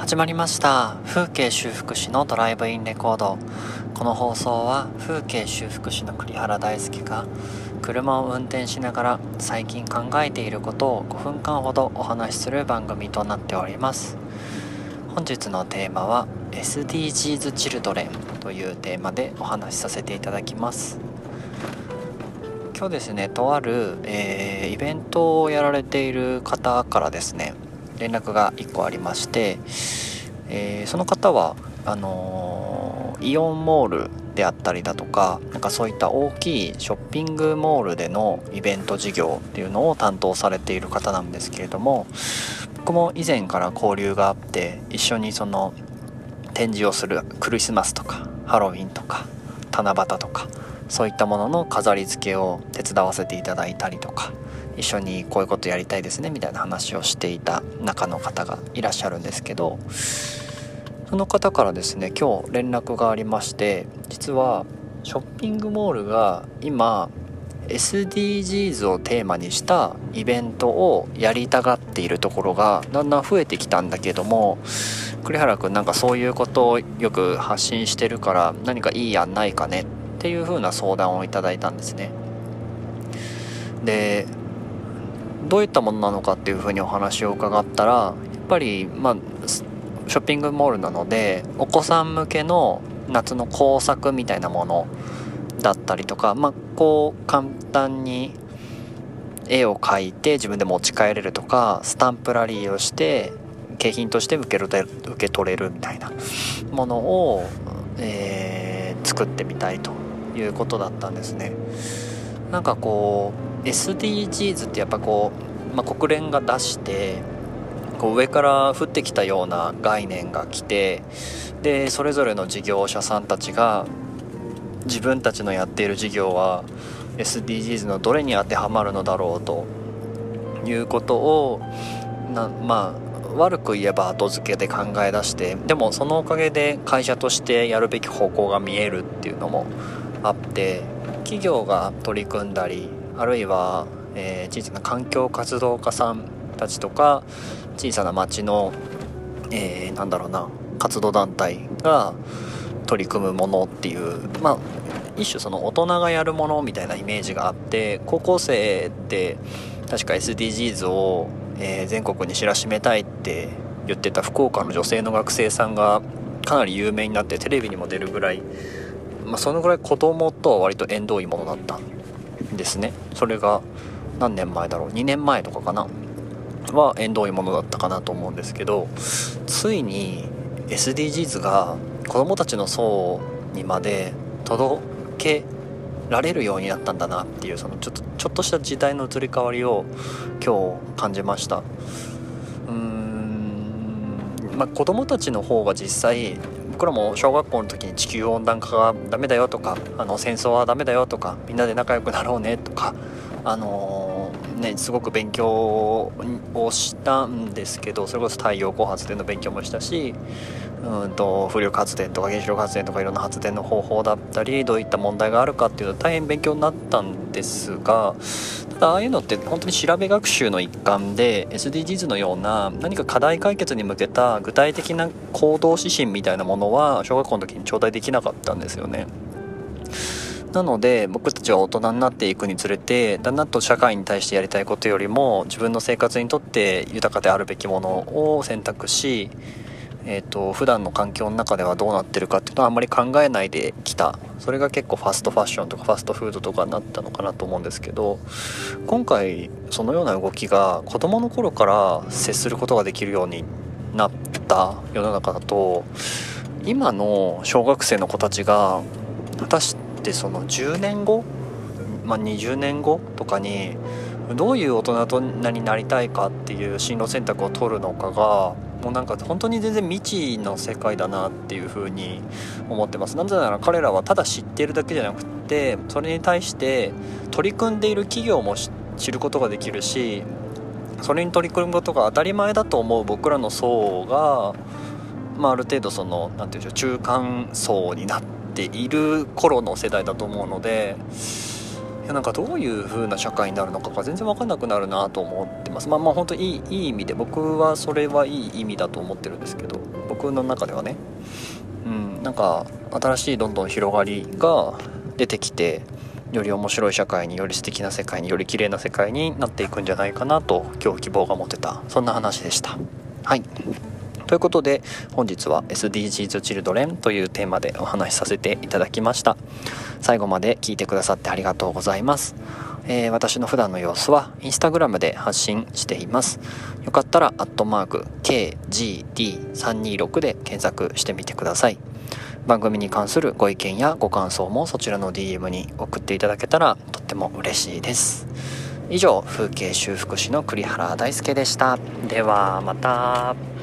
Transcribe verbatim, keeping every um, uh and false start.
始まりました。風景修復師のドライブインレコード。この放送は風景修復師の栗原大輔が車を運転しながら最近考えていることをごふんかんほどお話しする番組となっております。本日のテーマは エスディージーズ チルドレンというテーマでお話しさせていただきます。今日ですね、とある、えー、イベントをやられている方からですね連絡がいっこありまして、えー、その方はあのー、イオンモールであったりだとかなんかそういった大きいショッピングモールでのイベント事業っていうのを担当されている方なんですけれども、僕も以前から交流があって一緒にその展示をするクリスマスとかハロウィンとか七夕とかそういったものの飾り付けを手伝わせていただいたりとか、一緒にこういうことやりたいですねみたいな話をしていた中の方がいらっしゃるんですけど、その方からですね今日連絡がありまして、実はショッピングモールが今 エスディージーズ をテーマにしたイベントをやりたがっているところがだんだん増えてきたんだけども、栗原くんなんかそういうことをよく発信してるから何かいい案ないかねっていう風な相談をいただいたんですね。でどういったものなのかっていう風にお話を伺ったら、やっぱりまあショッピングモールなのでお子さん向けの夏の工作みたいなものだったりとか、まあこう簡単に絵を描いて自分で持ち帰れるとか、スタンプラリーをして景品として受け取れる、受け取れるみたいなものを、えー、作ってみたいということだったんですね。なんかこう エスディージーズ ってやっぱこう、まあ、国連が出してこう上から降ってきたような概念が来て、でそれぞれの事業者さんたちが自分たちのやっている事業は エスディージーズ のどれに当てはまるのだろうということをなまあ悪く言えば後付けで考え出して、でもそのおかげで会社としてやるべき方向が見えるっていうのもあって、企業が取り組んだり、あるいは、えー、小さな環境活動家さんたちとか小さな町の、えー、なんだろうな活動団体が取り組むものっていう、まあ一種その大人がやるものみたいなイメージがあって、高校生って確か エスディージーズ を、えー、全国に知らしめたいって言ってた福岡の女性の学生さんがかなり有名になってテレビにも出るぐらい、まあ、そのぐらい子供とは割と縁遠いものだったんですね。それが何年前だろう、にねんまえとかかなは縁遠いものだったかなと思うんですけど、ついに エスディージーズ が子供たちの層にまで届けられるようになったんだなっていう、そのちょっとちょっとした時代の移り変わりを今日感じました。うーんまあ子供たちの方が実際、僕らも小学校の時に地球温暖化がダメだよとか、あの戦争はダメだよとか、みんなで仲良くなろうねとか、あのー、ねすごく勉強をしたんですけど、それこそ太陽光発電の勉強もしたし、うんと風力発電とか原子力発電とかいろんな発電の方法だったり、どういった問題があるかっていうのは大変勉強になったんですが、ただああいうのって本当に調べ学習の一環で エスディージーズ のような何か課題解決に向けた具体的な行動指針みたいなものは小学校の時に頂戴できなかったんですよね。なので僕たちは大人になっていくにつれて、だんだんと社会に対してやりたいことよりも自分の生活にとって豊かであるべきものを選択し、えーと、普段の環境の中ではどうなってるかっていうのはあんまり考えないできた。それが結構ファストファッションとかファストフードとかになったのかなと思うんですけど、今回そのような動きが子どもの頃から接することができるようになった世の中だと、今の小学生の子たちが果たしてそのじゅうねんご、まあ、にじゅうねんごとかにどういう大人になりたいかっていう進路選択を取るのかがもうなんか本当に全然未知の世界だなっていう風に思ってます。なぜなら彼らはただ知っているだけじゃなくて、それに対して取り組んでいる企業も知ることができるし、それに取り組むことが当たり前だと思う僕らの層が、まあ、ある程度そのなんていうんでしょう、中間層になっている頃の世代だと思うので、 やなんかどういう風な社会になるのかが全然分かんなくなるなと思ってます。まあまあ本当にいい、いい意味で、僕はそれはいい意味だと思ってるんですけど、僕の中ではね、うん、なんか新しいどんどん広がりが出てきて、より面白い社会に、より素敵な世界に、より綺麗な世界になっていくんじゃないかなと今日希望が持てた、そんな話でした。はい、ということで本日は エスディージーズ チルドレンというテーマでお話しさせていただきました。最後まで聞いてくださってありがとうございます。えー、私の普段の様子はインスタグラムで発信しています。よかったらアットマーク ケージーディーさんにーろく で検索してみてください。番組に関するご意見やご感想もそちらの ディーエム に送っていただけたらとっても嬉しいです。以上、風景修復師の栗原大輔でした。ではまた。